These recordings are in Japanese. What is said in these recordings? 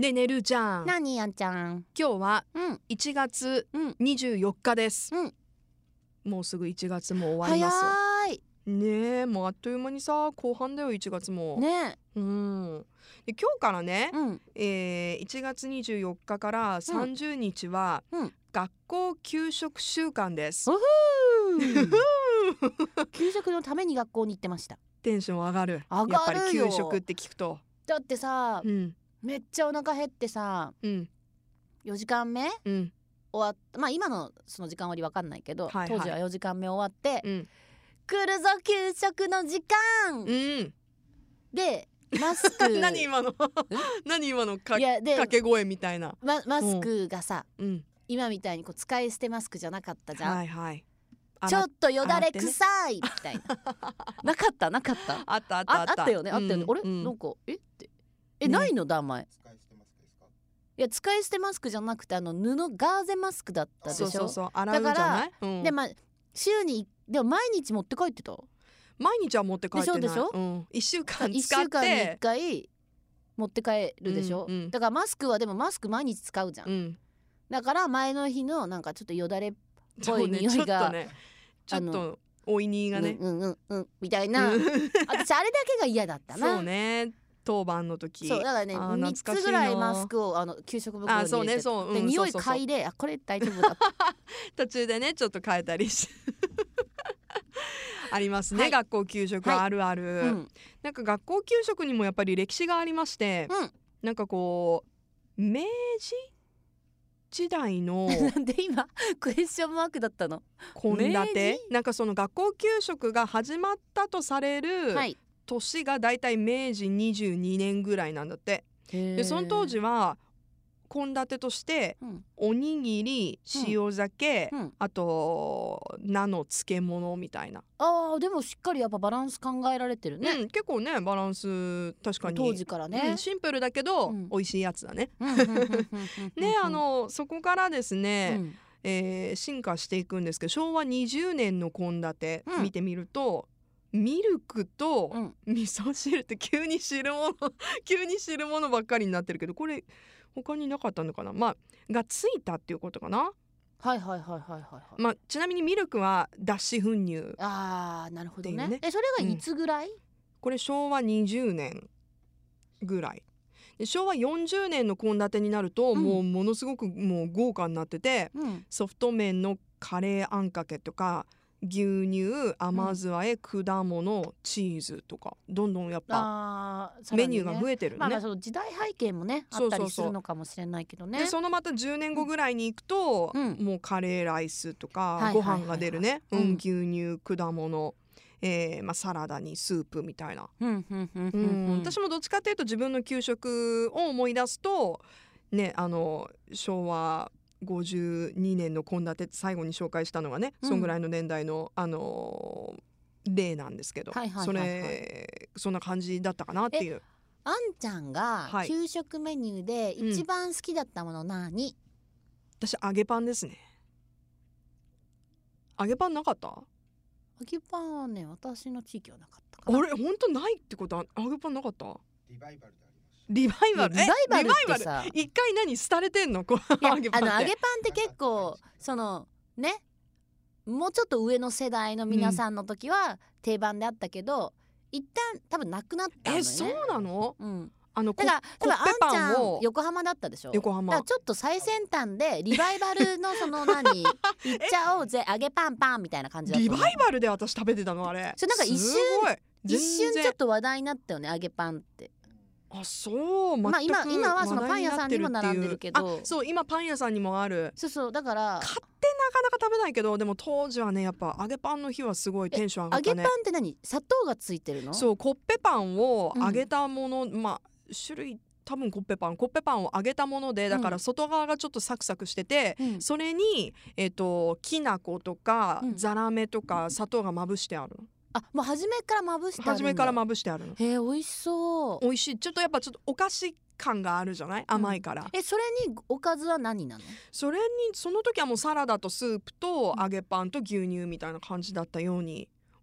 ねえねるちゃん、 なにやんちゃん。 今日はうん 1月うん 24日です、 うん。 もうすぐ1月も終わります。 早いねえ、もうあっという間にさ後半だよ1月も。 ね。 で今日からね、 うん 1月24日から30日はうん学校給食週間です。 おふー給食のために学校に行ってました。 テンション上がる。 上がるよやっぱり給食って聞くと。 だってさ、 うんめっちゃお腹減ってさ、 うん 4時間目うん終わっまあ今のその時間割わかんないけど、 はいはい当時は4時間目終わって、 うん来るぞ給食の時間、 うんでマスク何今の何今のいやで掛け声みたいな。 マスクがさ、 うん今みたいにこう使い捨てマスクじゃなかったじゃん、 はいはいちょっとよだれ臭いみたいな、なかったあったあったあったよね、あったよね、あれ、 うんなんかってねないのだ前いや使い捨てマスクじゃなくて布ガーゼマスクだったでしょ。 そう洗うじゃない。 でまあ週にでも毎日持って帰ってた毎日は持って帰ってない。 でしょ 1週間 1 使っ週間に1 て回持って帰るでしょ、だからマスクはでもマスク毎日使うじゃん、だから前の日のなんかちょっとよだれっぽい匂いが、 ちょっとおいにがね、 みたいな、私あれだけが嫌だったな。 そうね、当番の時。 そうだからね、3つぐらいマスクを給食袋に入れて、で匂い嗅いで、これ大丈夫だ途中でねちょっと変えたりしてありますね、学校給食あるある、なんか学校給食にもやっぱり歴史がありまして、なんかこう明治時代のなんで今クエスチョンマークだったの。 献立、なんかその学校給食が始まったとされる年がだいたい明治22年ぐらいなんだって。でその当時は献立として、おにぎり、塩酒、あと菜の漬物みたいな。 でもしっかりやっぱバランス考えられてるね、 結構ねバランス確かに当時からね、 シンプルだけど、美味しいやつだね。ね、そこからですね、進化していくんですけど、昭和20年の献立見てみると、ミルクと味噌汁って急に汁物ばっかりになってるけど、これ他になかったのかな、がついたっていうことかな。ちなみにミルクは脱脂粉乳。 なるほどね。それがいつぐらい？ これ昭和20年ぐらいで、昭和40年の献立になると、もうものすごくもう豪華になってて、ソフト麺のカレーあんかけとか牛乳、甘酢あえ、果物、チーズとかどんどんやっぱメニューが増えてるね。 その時代背景もねあったりするのかもしれないけどね。 でそのまた10年後ぐらいに行くと、もうカレーライスとかご飯が出るね、牛乳、果物、サラダにスープみたいな。私もどっちかというと自分の給食を思い出すとね、昭和52年の献立って最後に紹介したのがね、そんぐらいの年代の例なんですけど、そんな感じだったかなっていう。 あんちゃんが給食メニューで一番好きだったもの何？ 私揚げパンですね。揚げパンなかった？ 揚げパンはね、私の地域はなかったかな。 あれ本当ないってことは揚げパンなかった？ リバイバルってさ、 一回何廃れてんの？揚げパンって結構そのね、もうちょっと上の世代の皆さんの時は定番であったけど、一旦多分なくなったのよね。 そうなの？ だからあんちゃん横浜だったでしょ。 横浜。 だからちょっと最先端でリバイバルのそのいっちゃおうぜ揚げパンパンみたいな感じだった。 リバイバルで私食べてたのあれ。 なんか一瞬ちょっと話題になったよね、揚げパンって。 そう、 今はそのパン屋さんにも並んでるけど、 そう今パン屋さんにもある。 そうだから買ってなかなか食べないけど、でも当時はねやっぱ揚げパンの日はすごいテンション上がったね。 揚げパンって何？砂糖がついてるの？ そう、コッペパンを揚げたもの、種類多分コッペパンを揚げたもので、だから外側がちょっとサクサクしてて、それにきな粉とかザラメとか砂糖がまぶしてあるの。 もう初めからまぶしてあるんだ。 初めからまぶしてあるの。 美味しそう。 美味しい。ちょっとやっぱちょっとお菓子感があるじゃない、甘いから。 それにおかずは何なの？ それにその時はもうサラダとスープと揚げパンと牛乳みたいな感じだったように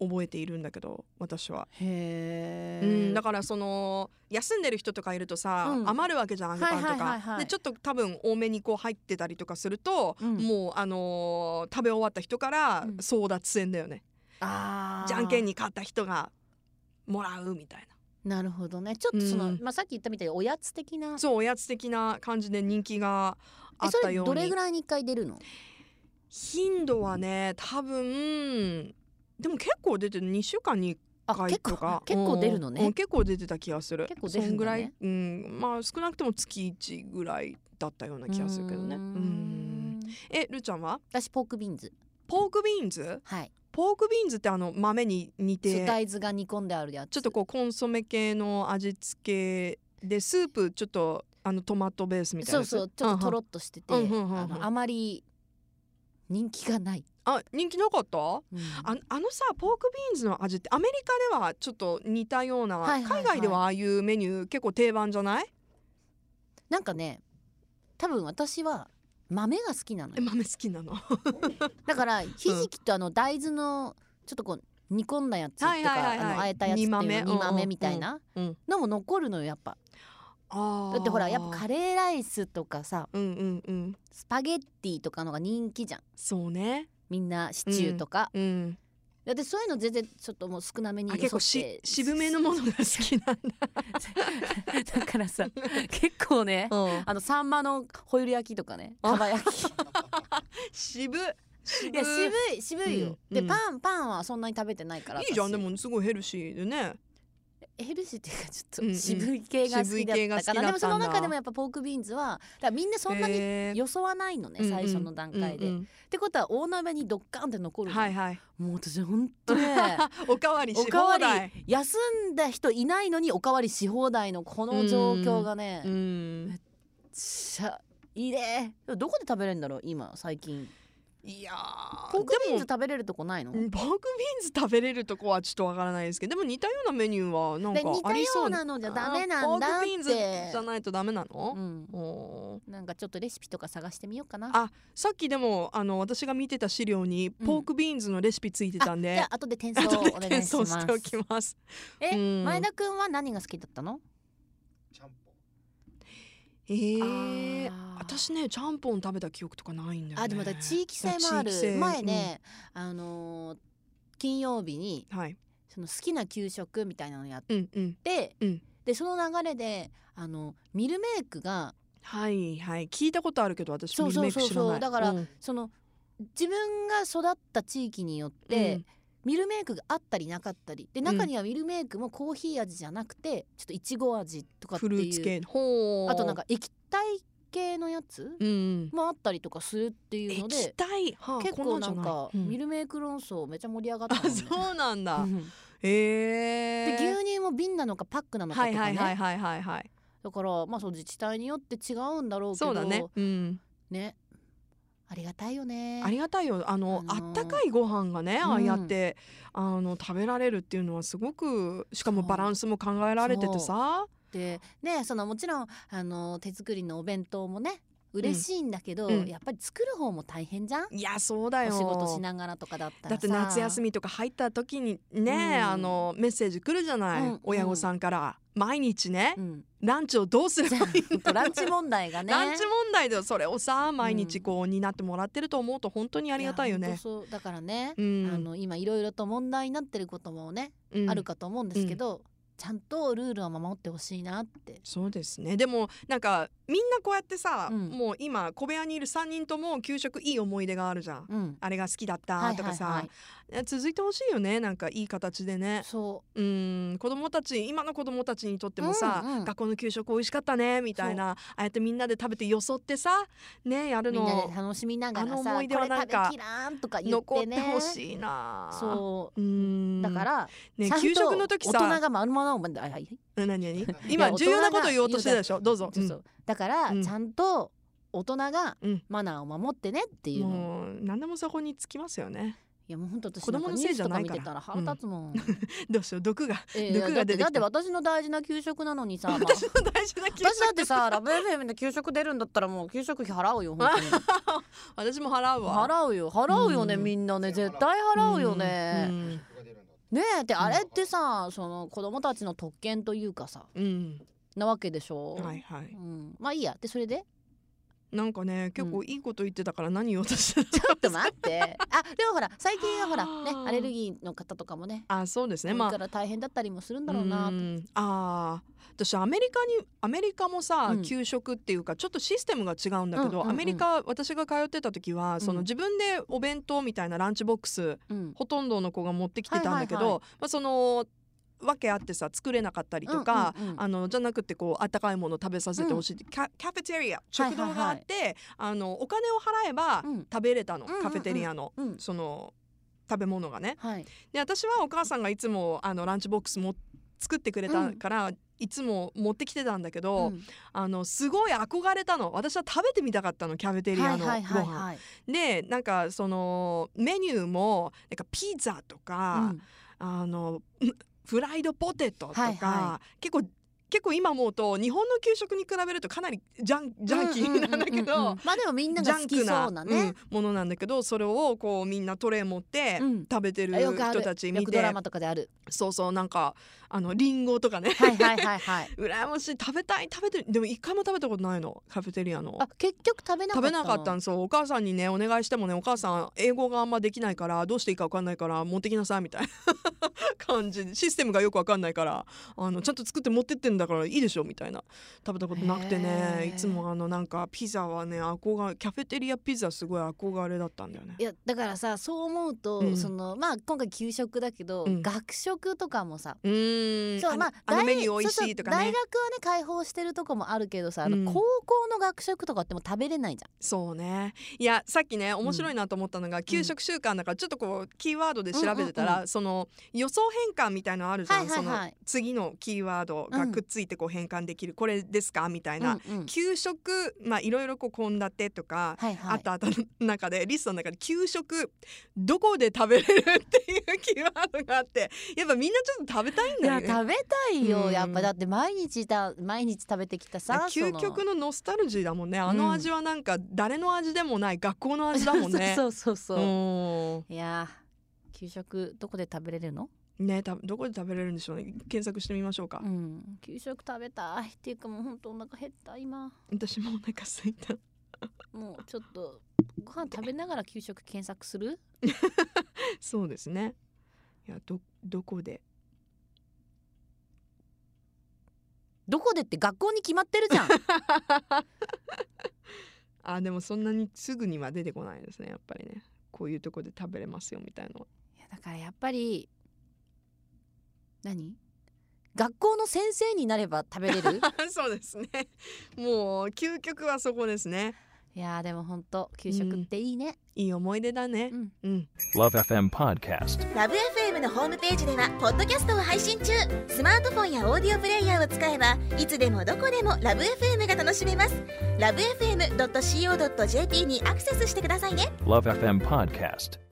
覚えているんだけど私は。 へだからその休んでる人とかいるとさ、余るわけじゃん揚げパンとか、でちょっと多分多めにこう入ってたりとかすると、もう食べ終わった人から争奪戦だよね、じゃんけんに勝った人がもらうみたいな。なるほどね。ちょっとその、さっき言ったみたいにおやつ的な、 そうおやつ的な感じで人気があったように。 それどれぐらいに1回出るの？ 頻度はね多分でも結構出てる。2週間に1回とか結構出るのね。 結構出てた気がする。 結構出るのね。 そんぐらい、まあ少なくとも月1ぐらいだったような気がするけどね。るーちゃんは？ 私ポークビーンズ。 ポークビーンズ？はい。ポークビーンズって豆に似て大豆が煮込んであるやつ、 ちょっとこうコンソメ系の味付けでスープちょっとトマトベースみたいなやつ。 そうちょっととろっとしてて、あまり人気がない。 人気なかった？さポークビーンズの味ってアメリカではちょっと似たような、海外ではああいうメニュー結構定番じゃない？ なんかね多分私は豆が好きなのよ。 豆好きなのだからひじきと大豆のちょっとこう煮込んだやつとか、あえたやつっていうの煮豆みたいなのも残るのよやっぱ。だってほらやっぱカレーライスとかさ、スパゲッティとかのが人気じゃん。 そうね。 みんなシチューとか、だってそういうの全然ちょっともう少なめによそって結構渋めのものが好きなんだだからさ結構ね、サンマのホイル焼きとかね、かば焼き渋いよ、でパンはそんなに食べてないから。いいじゃん。でもすごいヘルシーでね。 ヘルシーっていうかちょっと渋い系が好きだったから、でもその中でもやっぱポークビーンズはだからみんなそんなによそわないのね、最初の段階で、ってことは大鍋にドッカンって残る。もう私ほんとねおかわりし放題。 休んだ人いないのにおかわりし放題のこの状況がね、めっちゃいいね。どこで食べれるんだろう今最近。いやポークビーンズ食べれるとこないの？ ポークビーンズ食べれるとこはちょっとわからないですけど、でも似たようなメニューはなんかありそう。 似たようなのじゃダメなんだって。ポークビーンズじゃないとダメなの？ なんかちょっとレシピとか探してみようかな。 さっきでも私が見てた資料にポークビーンズのレシピついてたんで、 じゃあ後で転送お願いします。 しておきます。 前田くんは何が好きだったの？ 私ねちゃんぽん食べた記憶とかないんだよね。 でも地域性もある。前ね、金曜日に、その好きな給食みたいなのやって、でその流れでミルメイクが聞いたことあるけど私ミルメイク知らない。 だから、その自分が育った地域によって、ミルメイクがあったりなかったりで、中にはミルメイクもコーヒー味じゃなくてちょっといちご味とかっていう、フルーツ系、あとなんか液体系のやつもあったりとかするっていうので、 液体、 結構なんかミルメイク論争めちゃ盛り上がったのね。 そうなんだ。 で牛乳も瓶なのかパックなのかとかね。だからまあそう自治体によって違うんだろうけど、そうだね。ね。ありがたいよね。 ありがたいよ。あったかいご飯がね、ああやって食べられるっていうのはすごく、しかもバランスも考えられててさ。 でね、もちろん手作りのお弁当もね嬉しいんだけど、やっぱり作る方も大変じゃん。 いやそうだよ。 お仕事しながらとかだったらさ。 だって夏休みとか入った時にね、メッセージ来るじゃない、親御さんから毎日ね、ランチをどうすればいいんだろうランチ問題がね。 ランチ問題でそれをさ毎日こう担ってもらってると思うと本当にありがたいよね。 そうだからね、今いろいろと問題になってることもね、あるかと思うんですけど、ちゃんとルールは守ってほしいなって。 そうですね。でもなんかみんなこうやってさ、もう今小部屋にいる3人とも給食いい思い出があるじゃん、あれが好きだったとかさ、続いてほしいよね。なんかいい形でね。子供たち、今の子供たちにとってもさ、学校の給食美味しかったねみたいな、ああやってみんなで食べてよそってさね、やるのみんなで楽しみながらさ、 思い出はなんかこれ食べきらんとか言ってね、 残ってほしいな。 だからね、給食の時さ大人が丸々 何今重要なこと言おうとしてたでしょ。どうぞ。 だからちゃんと大人がマナーを守ってねっていうの。 もう何でもそこにつきいね。 いやもう本当私子供のせいじゃないから。 ニュースとか見てたら腹立つもん。 どうしよう、毒が出てきた。 だって私の大事な給食なのにさ、 私の大事な給食、 私だってさラブ FM で給食出るんだったらもう給食費払うよ本当に。 私も払うわ。 払うよね、みんなね、絶対払うよね。 ねえであれってさ、その子供たちの特権というかさ、なわけでしょ。 はいはい、 まあいいや。でそれでなんかね結構いいこと言ってたから何言おうとしてたちょっと待ってでもほら最近はほらねアレルギーの方とかもねそうですね、 だから大変だったりもするんだろうなと。 私アメリカもさ、給食っていうかちょっとシステムが違うんだけど、アメリカ私が通ってた時は、その自分でお弁当みたいなランチボックス、ほとんどの子が持ってきてたんだけど、そのわけあってさ作れなかったりとか、じゃなくてこう温かいもの食べさせてほしいって、キャフェテリア食堂があって、お金を払えば食べれたの、カフェテリアの、その食べ物がね、で私はお母さんがいつもランチボックスも作ってくれたから、いつも持ってきてたんだけど、すごい憧れたの。私は食べてみたかったの、キャフェテリアのご飯で、なんかそのメニューもなんかピザとか、フライドポテトとか、結構今思うと日本の給食に比べるとかなりジャンキーなんだけど、 まあでもみんなが好きそうなね、 ものなんだけど、それをこうみんなトレー持って食べてる人たち見て、 よくドラマとかである。 そうなんかリンゴとかね、羨ましい、食べてる。でも一回も食べたことないの、カフェテリアの。 結局食べなかったんですよ。 お母さんにねお願いしてもね、お母さん英語があんまできないからどうしていいか分かんないから持ってきなさいみたいな感じで、システムがよく分かんないからちゃんと作って持ってってんだからいいでしょみたいな。食べたことなくてね、いつもなんかピザはねキャフェテリアピザすごい憧れだったんだよね。 いやだからさ、そう思うと、そのまあ今回給食だけど、学食とかもさ、そうメニュー美味しいとかね、 大学はね開放してるとこもあるけどさ、高校の学食とかっても食べれないじゃん。 そうね。いやさっきね面白いなと思ったのが、給食習慣だからちょっとこうキーワードで調べてたら、その予想変換みたいなのあるじゃん、その次のキーワードがくっついてこう変換できる、これですかみたいな、給食いろいろ献立とかあった中で、リストの中で給食どこで食べれるっていうキーワードがあって、やっぱみんなちょっと食べたいんだよね。 いや食べたいよ、やっぱだって毎日食べてきたさ、 究極のノスタルジーだもんね。味はなんか誰の味でもない学校の味だもんねそういや給食どこで食べれるのね、どこで食べれるんでしょうね。検索してみましょうか。 給食食べたいっていうか、もうほんとお腹減った今。 私もお腹空いたもうちょっとご飯食べながら給食検索するそうですね。いやどこでって学校に決まってるじゃんでもそんなにすぐには出てこないですね、やっぱりね。こういうとこで食べれますよみたいなのは。 いやだからやっぱり学校の先生になれば食べれるそうですね。もう究極はそこですね。 いやでも本当給食っていいね、 いい思い出だね。 LoveFM Podcast。LoveFM のホームページではポッドキャストを配信中。スマートフォンやオーディオプレイヤーを使えばいつでもどこでもLoveFMが楽しめます。LoveFM.co.jp にアクセスしてくださいね。 LoveFM Podcast。